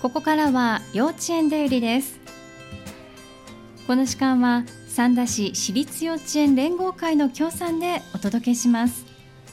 ここからは幼稚園だよりです。この時間は三田市私立幼稚園連合会の協賛でお届けします。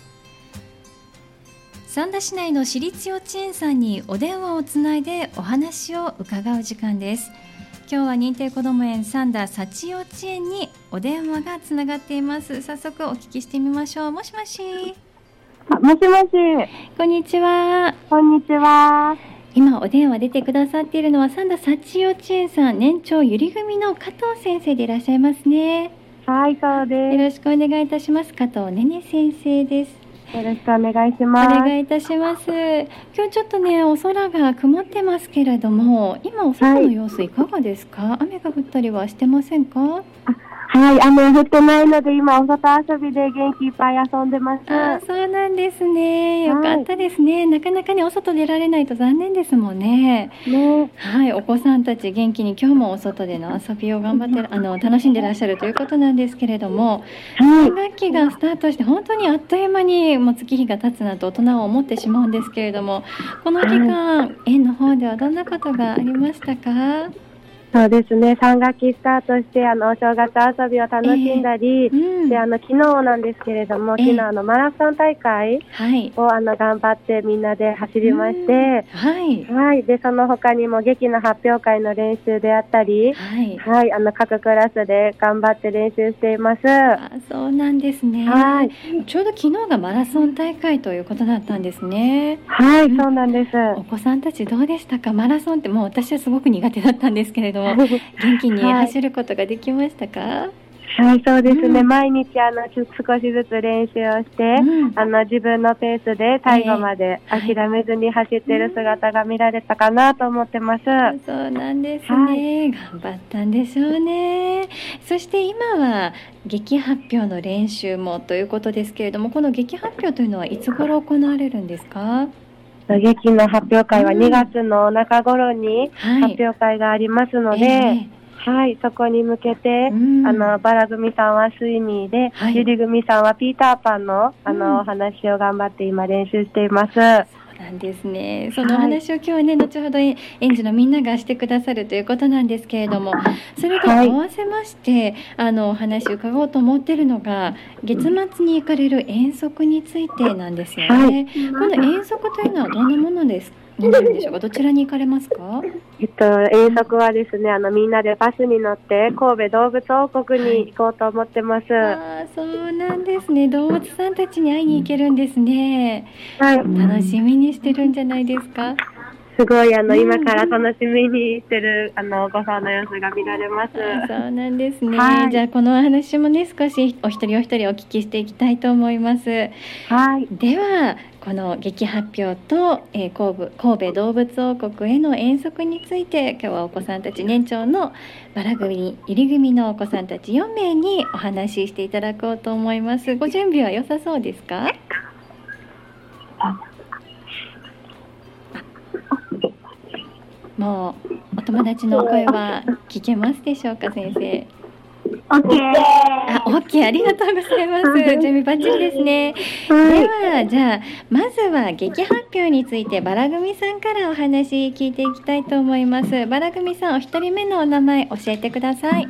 三田市内の私立幼稚園さんにお電話をつないでお話を伺う時間です。今日は認定こども園三田幸幼稚園にお電話がつながっています。早速お聞きしてみましょう。もしもし。 もしもし。 こんにちは。 こんにちは。 今お電話出てくださっているのは三田幸幼稚園さん年長ゆり組の加藤先生でいらっしゃいますね。 はい、そうです。 よろしくお願いいたします。加藤ねね先生です。 よろしくお願いします。 お願いいたします。今日ちょっとねお空が曇ってますけれども、今お外の様子いかがですか？雨が降ったりはしてませんか？ はい、雨降ってないので今お外遊びで元気いっぱい遊んでます。 そうなんですね。よかったですね。なかなかねお外出られないと残念ですもんね。はい、お子さんたち元気に今日もお外での遊びを頑張って楽しんでらっしゃるということなんですけれども、新学期がスタートして本当にあっという間にもう月日が経つなと大人は思ってしまうんですけれども、この期間、園の方ではどんなことがありましたか？ そうですね、3学期スタートしてお正月遊びを楽しんだり、で昨日なんですけれども、昨日マラソン大会を頑張ってみんなで走りまして、でその他にも劇の発表会の練習であったり、各クラスで頑張って練習しています。 そうなんですね。ちょうど昨日がマラソン大会ということだったんですね。 はい、そうなんです。 お子さんたちどうでしたか？マラソンってもう私はすごく苦手だったんですけれども元気に走ることができましたか？ はい、そうですね、毎日少しずつ練習をして、自分のペースで最後まで諦めずに走っている姿が見られたかなと思ってます。 そうなんですね、頑張ったんでしょうね。そして今は劇発表の練習もということですけれども、この劇発表というのはいつ頃行われるんですか？ 劇の発表会は2月の中頃に発表会がありますので、そこに向けて、バラ組さんはスイミーで、ゆり組さんはピーターパンの、お話を頑張って今練習しています。 そうなんですね。そのお話を今日はね、後ほど園児のみんながしてくださるということなんですけれども、それと合わせまして、お話を伺おうと思っているのが、月末に行かれる遠足についてなんですよね。この遠足というのはどんなものですか？になるんでしょうか？どちらに行かれますか？ 遠足はですね、みんなでバスに乗って神戸動物王国に行こうと思ってます。 そうなんですね。動物さんたちに会いに行けるんですね。楽しみにしてるんじゃないですか？ すごい今から楽しみにしてるお子さんの様子が見られます。 そうなんですね。じゃあこのお話もね少しお一人お一人お聞きしていきたいと思います。ではこの劇発表と、神戸動物王国への遠足について今日はお子さんたち年長のバラ組ゆり組のお子さんたち4名にお話ししていただこうと思います。ご準備は良さそうですか？もうお友達の声は聞けますでしょうか、先生？OK、ありがとうございます。準備バッチリですね。ではじゃあまずは劇発表についてバラ組さんからお話聞いていきたいと思います。バラ組さんお一人目のお名前教えてください。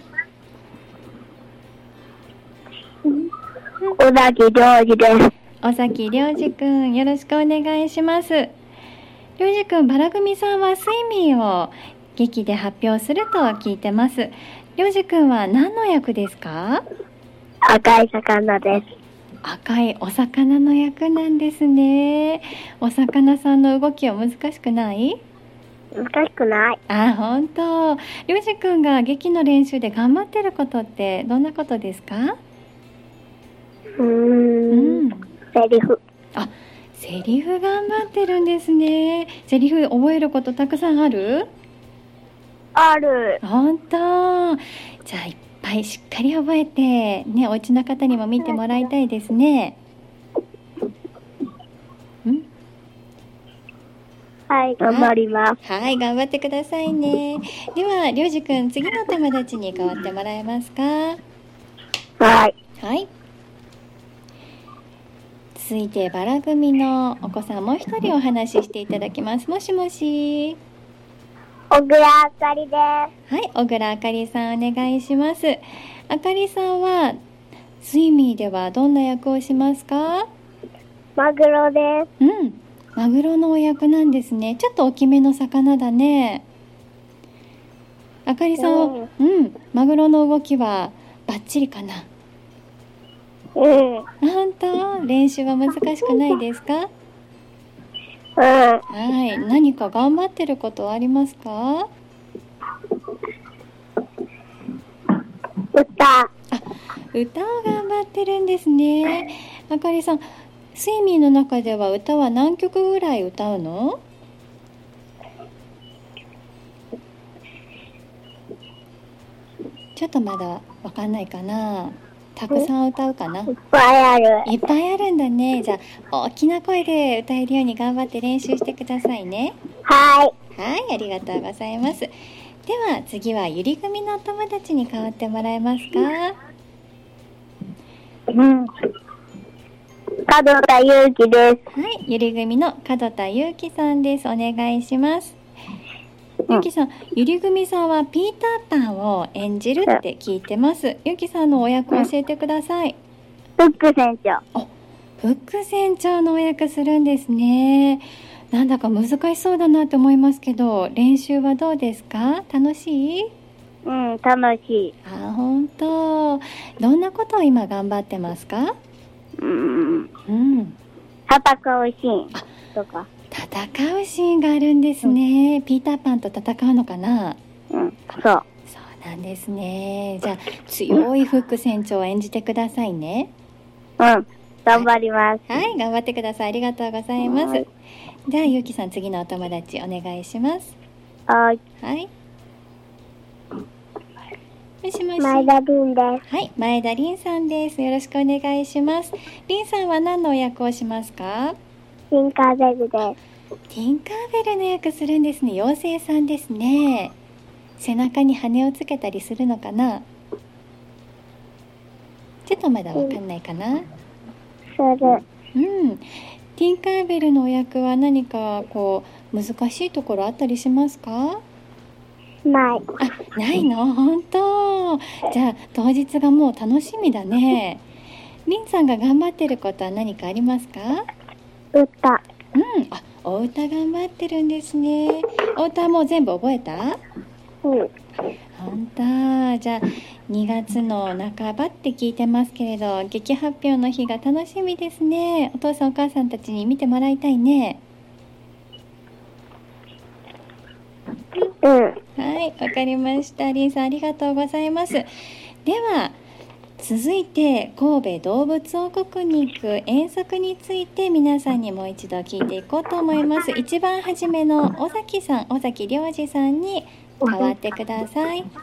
尾崎良二です。 尾崎良二くん、よろしくお願いします。良二くん、バラ組さんはスイミーを劇で発表すると聞いてます。良二くんは何の役ですか？ 赤い魚です。 赤いお魚の役なんですね。お魚さんの動きは難しくない？ 難しくない。 本当。良二くんが劇の練習で頑張ってることってどんなことですか？ セリフ。 セリフ頑張ってるんですね。セリフ覚えることたくさんある？ ある。 本当。じゃあいっぱいしっかり覚えてね、お家の方にも見てもらいたいですね。 はい、頑張ります。 はい、頑張ってくださいね。では良二くん、次の友達に代わってもらえますか？ はい。 続いてバラ組のお子さんもう一人お話ししていただきます。もしもし。 小倉あかりです。はい、小倉あかりさんお願いします。あかりさんはスイミーではどんな役をしますか？ マグロです。 マグロのお役なんですね。ちょっと大きめの魚だね。あかりさん、マグロの動きはバッチリかな？本当？練習は難しくないですか？はい。何か頑張ってることはありますか？歌を頑張ってるんですね。あかりさん、スイミーの中では歌は何曲ぐらい歌うの？ちょっとまだわかんないかな。たくさん歌うかな。 いっぱいある。 いっぱいあるんだね。じゃあ大きな声で歌えるように頑張って練習してくださいね。 はい。 はい、ありがとうございます。では次はゆり組のお友達に代わってもらえますか？ 門田祐希です。 はい、ゆり組の門田祐希さんです。お願いします。ゆきさん、ゆり組さんはピーターパンを演じるって聞いてます。ゆきさんのお役教えてください。 フック船長。 フック船長のお役するんですね。なんだか難しそうだなと思いますけど、練習はどうですか？楽しい？ 楽しい。 本当。どんなことを今頑張ってますか？ 戦うシーンとか。 戦うシーンがあるんですね。ピーターパンと戦うのかな？ そうなんですね。じゃあ強いフック船長を演じてくださいね。 頑張ります。 はい、頑張ってください。ありがとうございます。じゃあゆうきさん、次のお友達お願いします。 はい。 もしもし。 前田凛です。 はい、前田凛さんです。よろしくお願いします。凛さんは何のお役をしますか？ ティンカーベルです。 ティンカーベルの役するんですね。妖精さんですね。背中に羽をつけたりするのかな？ちょっとまだわかんないかな？ する。 ティンカーベルのお役は何かこう難しいところあったりしますか？ ない。 ないの？本当。じゃあ当日がもう楽しみだね。凛さんが頑張ってることは何かありますか？ 歌。 お歌頑張ってるんですね。お歌はもう全部覚えた？本当。じゃあ2月の半ばって聞いてますけれど、劇発表の日が楽しみですね。お父さんお母さんたちに見てもらいたいね。はい、わかりました。凛さんありがとうございます。では続いて神戸動物王国に行く遠足について皆さんにもう一度聞いていこうと思います。一番初めの尾崎良二さんに代わってください。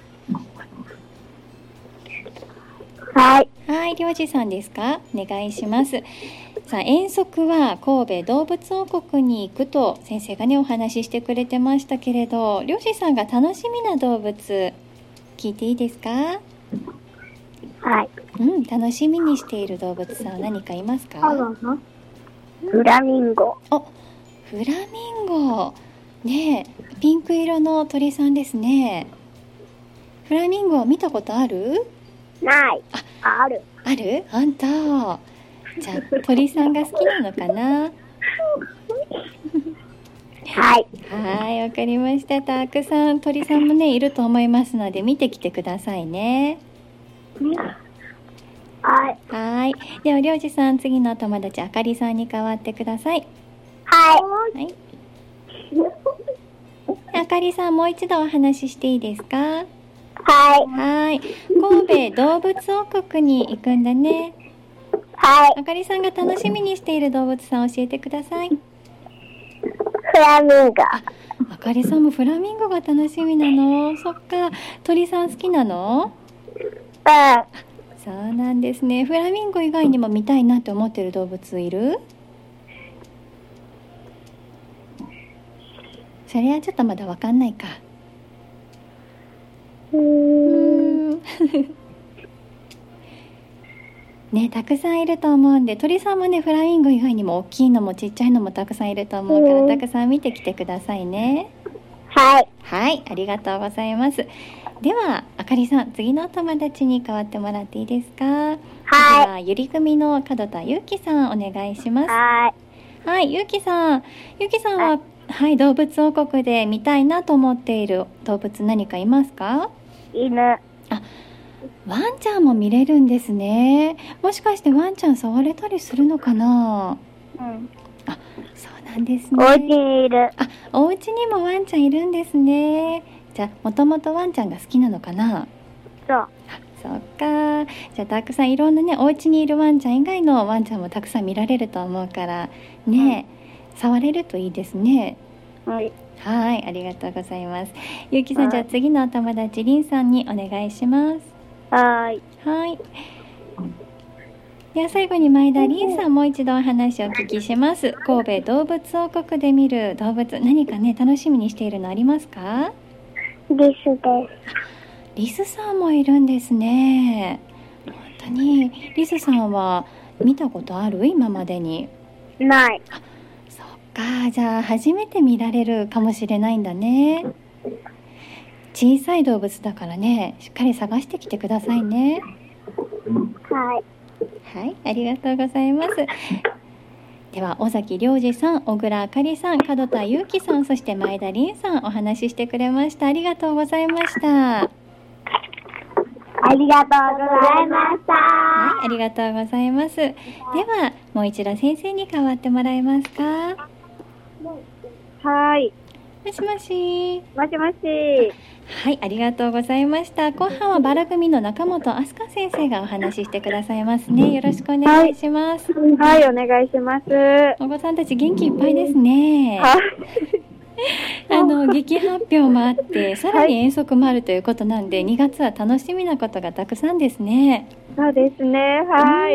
はい、良二さんですか？お願いします。さあ、遠足は神戸動物王国に行くと先生がねお話ししてくれてましたけれど、良二さんが楽しみな動物聞いていいですか？ はい。 楽しみにしている動物さんは何かいますか？ フラミンゴ。 フラミンゴ。ねえ、ピンク色の鳥さんですね。フラミンゴは見たことある？ ない。ある。 ある？本当。じゃあ鳥さんが好きなのかな？はい、わかりました。たくさん鳥さんもねいると思いますので見てきてくださいね。はい。では、りょうじさん、次のお友達、あかりさんに代わってください。はい。あかりさん、もう一度お話ししていいですか？はい。神戸動物王国に行くんだね。あかりさんが楽しみにしている動物さん教えてください。 フラミンゴ。 あかりさんもフラミンゴが楽しみなの？そっか。鳥さん好きなの？そうなんですね。フラミンゴ以外にも見たいなって思ってる動物いる？それはちょっとまだわかんないか。ね、たくさんいると思うんで、鳥さんもねフラミンゴ以外にも大きいのもちっちゃいのもたくさんいると思うから、たくさん見てきてくださいね。 はい。 はい、ありがとうございます。では、あかりさん、次のお友達に代わってもらっていいですか？はい。では、ゆり組の門田ゆうきさん、お願いします。 はい。 はい、ゆうきさんは、はい、動物王国で見たいなと思っている動物何かいますか？ 犬。 あ、ワンちゃんも見れるんですね。もしかしてワンちゃん触れたりするのかな？ うん。 あ、そうなんですね。 お家にいる。 あ、お家にもワンちゃんいるんですね。じゃあ、もともとワンちゃんが好きなのかな？ そう。 そっか。じゃあ、たくさんいろんなね、お家にいるワンちゃん以外のワンちゃんもたくさん見られると思うからね、触れるといいですね。 はい。 はい、ありがとうございます。ゆうきさん、じゃあ次のお友達りんさんにお願いします。 はい。 はい。では最後に前田りんさん、もう一度お話をお聞きします。神戸動物王国で見る動物、何かね、楽しみにしているのありますか？ リスです。 リスさんもいるんですね。本当にリスさんは見たことある？今までに。 ない。 あ、そっか。じゃあ初めて見られるかもしれないんだね。小さい動物だからね、しっかり探してきてくださいね。 はい。 はい、ありがとうございます。では、尾崎良二さん、小倉あかりさん、門田ゆうきさん、そして前田りんさん、お話ししてくれました。ありがとうございました。 ありがとうございました。 はい、ありがとうございます。では、もう一度先生に代わってもらえますか？ はい。 もしもし。 もしもし。 はい、ありがとうございました。後半はバラ組の中本飛鳥先生がお話ししてくださいますね。よろしくお願いします。 はい、お願いします。 お子さんたち元気いっぱいですね。劇発表もあって、さらに遠足もあるということなんで、2月は楽しみなことがたくさんですね。 そうですね。はい。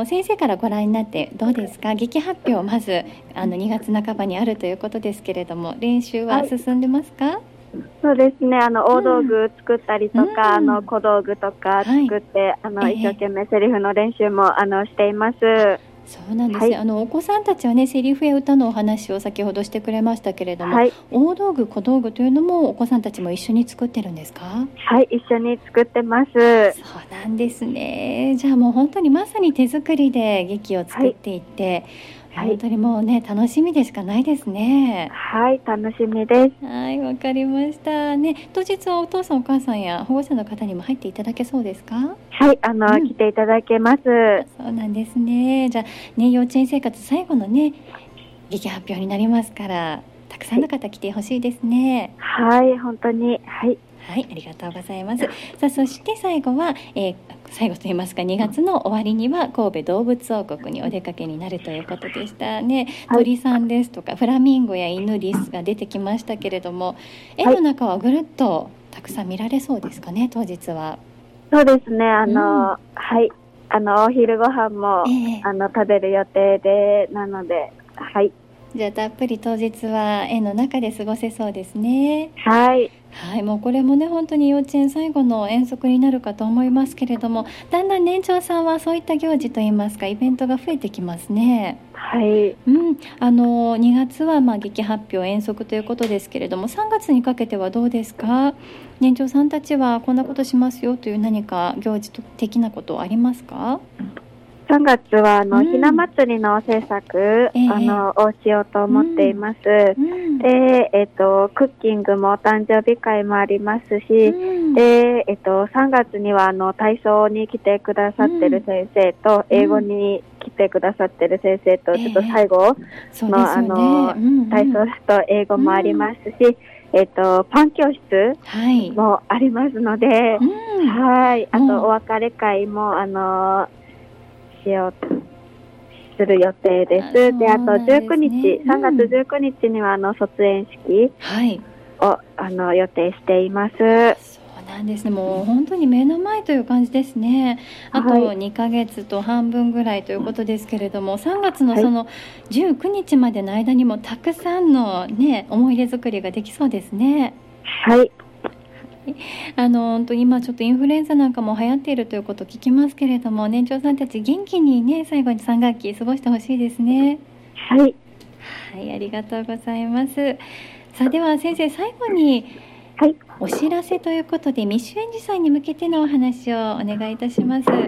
先生からご覧になってどうですか？劇発表、まず2月半ばにあるということですけれども、練習は進んでますか？ そうですね。大道具作ったりとか、小道具とか作って、一生懸命セリフの練習もしています。 そうなんですね。お子さんたちはね、セリフや歌のお話を先ほどしてくれましたけれども、大道具、小道具というのもお子さんたちも一緒に作ってるんですか？ はい、一緒に作ってます。 そうなんですね。じゃあもう本当にまさに手作りで劇を作っていって、本当にもうね、楽しみでしかないですね。 はい、楽しみです。 はい、わかりましたね。当日はお父さんお母さんや保護者の方にも入っていただけそうですか？ はい、来ていただけます。 そうなんですね。じゃあね、幼稚園生活最後のね、劇発表になりますから、たくさんの方来てほしいですね。 はい、本当に。はい。 はい、ありがとうございます。さあ、そして最後は、最後といいますか、2月の終わりには神戸動物王国にお出かけになるということでしたね。鳥さんですとかフラミンゴや犬、リスが出てきましたけれども、絵の中はぐるっとたくさん見られそうですかね、当日は。 そうですね。はい、お昼ご飯も、食べる予定で、なので、はい。 じゃあたっぷり当日は絵の中で過ごせそうですね。 はい。 はい、もうこれもね、本当に幼稚園最後の遠足になるかと思いますけれども、だんだん年長さんはそういった行事といいますか、イベントが増えてきますね。 はい。 2月は劇発表、遠足ということですけれども、3月にかけてはどうですか？年長さんたちはこんなことしますよという何か行事的なことありますか ？3月はひな祭りの制作、をしようと思っています。で、クッキングもお誕生日会もありますし、で、3月には体操に来てくださってる先生と、英語に来てくださってる先生と、ちょっと最後の、体操と英語もありますし、パン教室もありますので、はい。あと、お別れ会も、する予定です。で、あと19日、3月19日には卒園式を、予定しています。 そうなんですね。もう本当に目の前という感じですね。あと2ヶ月と半分ぐらいということですけれども、3月のその19日までの間にもたくさんのね、思い出作りができそうですね。 はい。 今ちょっとインフルエンザなんかも流行っているということを聞きますけれども、年長さんたち元気にね、最後に3学期過ごしてほしいですね。 はい。 はい、ありがとうございます。 さあでは先生、最後にお知らせということで、未就園児さんに向けてのお話をお願いいたします。 はい。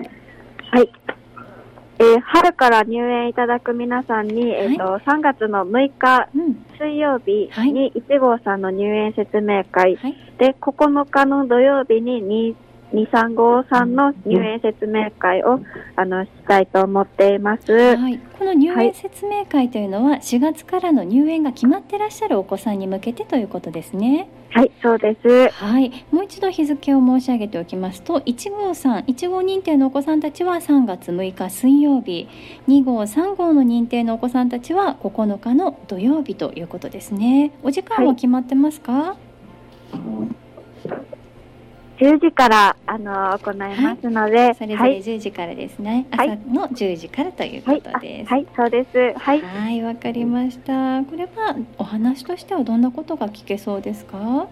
春から入園いただく皆さんに、3月の6日、水曜日に1号さんの入園説明会、で9日の土曜日に2、3号さんの入園説明会をしたいと思っています。 この入園説明会というのは4月からの入園が決まってらっしゃるお子さんに向けてということですね。 はい、そうです。 もう一度日付を申し上げておきますと、1号さん、1号認定のお子さんたちは3月6日水曜日、2号、3号の認定のお子さんたちは9日の土曜日ということですね。お時間は決まってますか ？10時から行いますので、 それぞれ10時からですね。朝の10時からということです。 そうです。 わかりました。これはお話としてはどんなことが聞けそうですか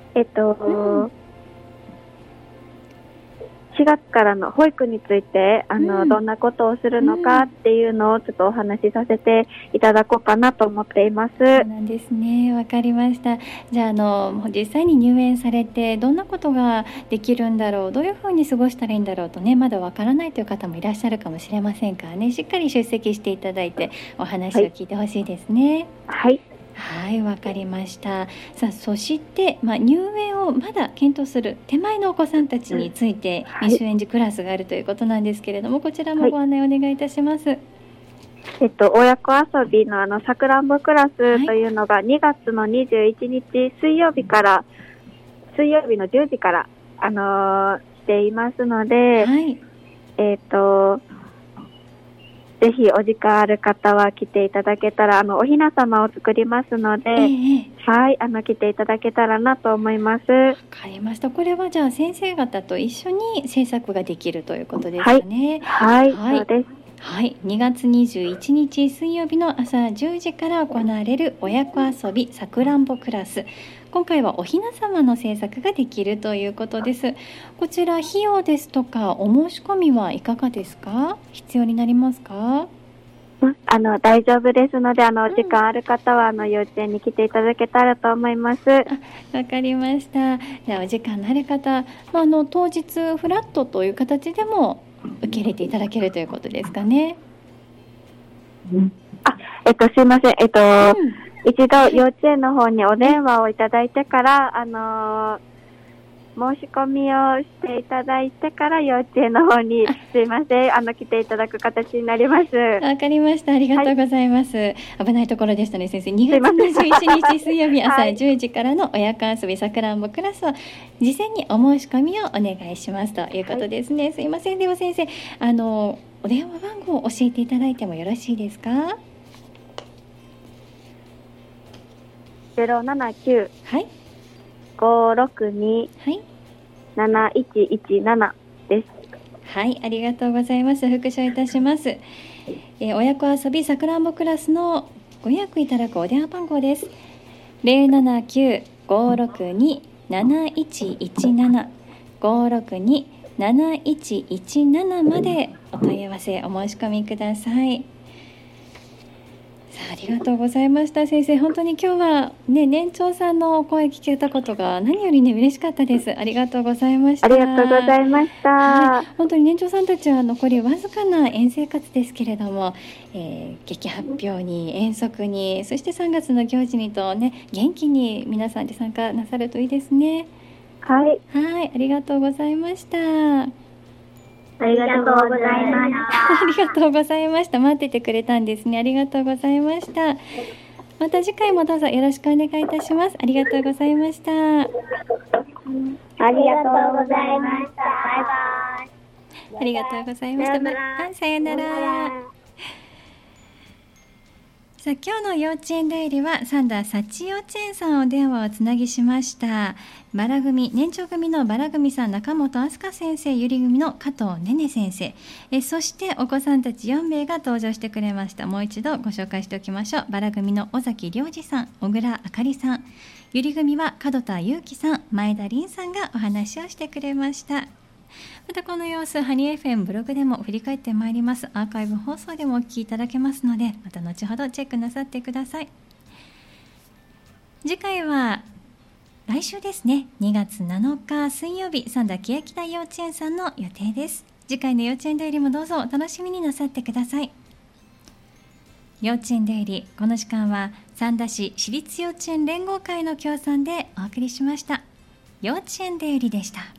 ？4月からの保育についてどんなことをするのかっていうのをちょっとお話しさせていただこうかなと思っています。そうなんですね。わかりました。じゃあ実際に入園されてどんなことができるんだろう、どういうふうに過ごしたらいいんだろうとね、まだわからないという方もいらっしゃるかもしれませんからね、しっかり出席していただいてお話を聞いてほしいですね。わかりました。さあ、そして、入園をまだ検討する手前のお子さんたちについて、未就園児クラスがあるということなんですけれども、こちらもご案内お願いいたします。 親子遊びのさくらんぼクラスというのが2月の21日水曜日の10時からしていますので、ぜひお時間ある方は来ていただけたら、おひな様を作りますので、来ていただけたらなと思います。わかりました。これはじゃあ先生方と一緒に制作ができるということですかね。 そうです。 2月21日水曜日の朝10時から行われる親子遊びさくらんぼクラス、今回はおひな様の制作ができるということです。こちら費用ですとかお申し込みはいかがですか？必要になりますか？ 大丈夫ですので、お時間ある方は幼稚園に来ていただけたらと思います。 わかりました。じゃあお時間のある方、当日フラットという形でも受け入れていただけるということですかね。 すいません。一度幼稚園の方にお電話をいただいてから、申し込みをしていただいてから幼稚園の方にすいません来ていただく形になります。 わかりました。ありがとうございます。危ないところでしたね、先生。2月21日水曜日朝10時からの親子遊びさくらんぼクラスは事前にお申し込みをお願いしますということですね。すいません。では先生、お電話番号を教えていただいてもよろしいですか ？079 562 7117です。 ありがとうございます。復唱いたします。親子遊びさくらんぼクラスのご予約いただくお電話番号です。079-562-7117 562-7117までお問い合わせお申し込みください。ありがとうございました。先生、本当に今日は年長さんのお声聞けたことが何より嬉しかったです。ありがとうございました。 ありがとうございました。 本当に年長さんたちは残りわずかな園生活ですけれども、劇発表に遠足に、そして3月の行事にと元気に皆さんで参加なさるといいですね。ありがとうございました。 ありがとうございました。 ありがとうございました。待っててくれたんですね。ありがとうございました。また次回もどうぞよろしくお願いいたします。ありがとうございました。 ありがとうございました。バイバイ。 ありがとうございました。さよなら。さあ、今日の幼稚園代理は三田幸幼稚園さんお電話をつなぎしました。バラ組、年長組のバラ組さん中本飛鳥先生、ゆり組の加藤ねね先生、そしてお子さんたち4名が登場してくれました。もう一度ご紹介しておきましょう。バラ組の尾崎良二さん、小倉あかりさん、ゆり組は門田裕樹さん、前田凛さんがお話をしてくれました。またこの様子、ハニー FM ブログでも振り返ってまいります。アーカイブ放送でもお聞きいただけますので、また後ほどチェックなさってください。 次回は来週ですね、2月7日水曜日、三田欅台幼稚園さんの予定です。次回の幼稚園デイリーもどうぞお楽しみになさってください。幼稚園デイリー、この時間は三田市私立幼稚園連合会の協賛でお送りしました。幼稚園デイリーでした。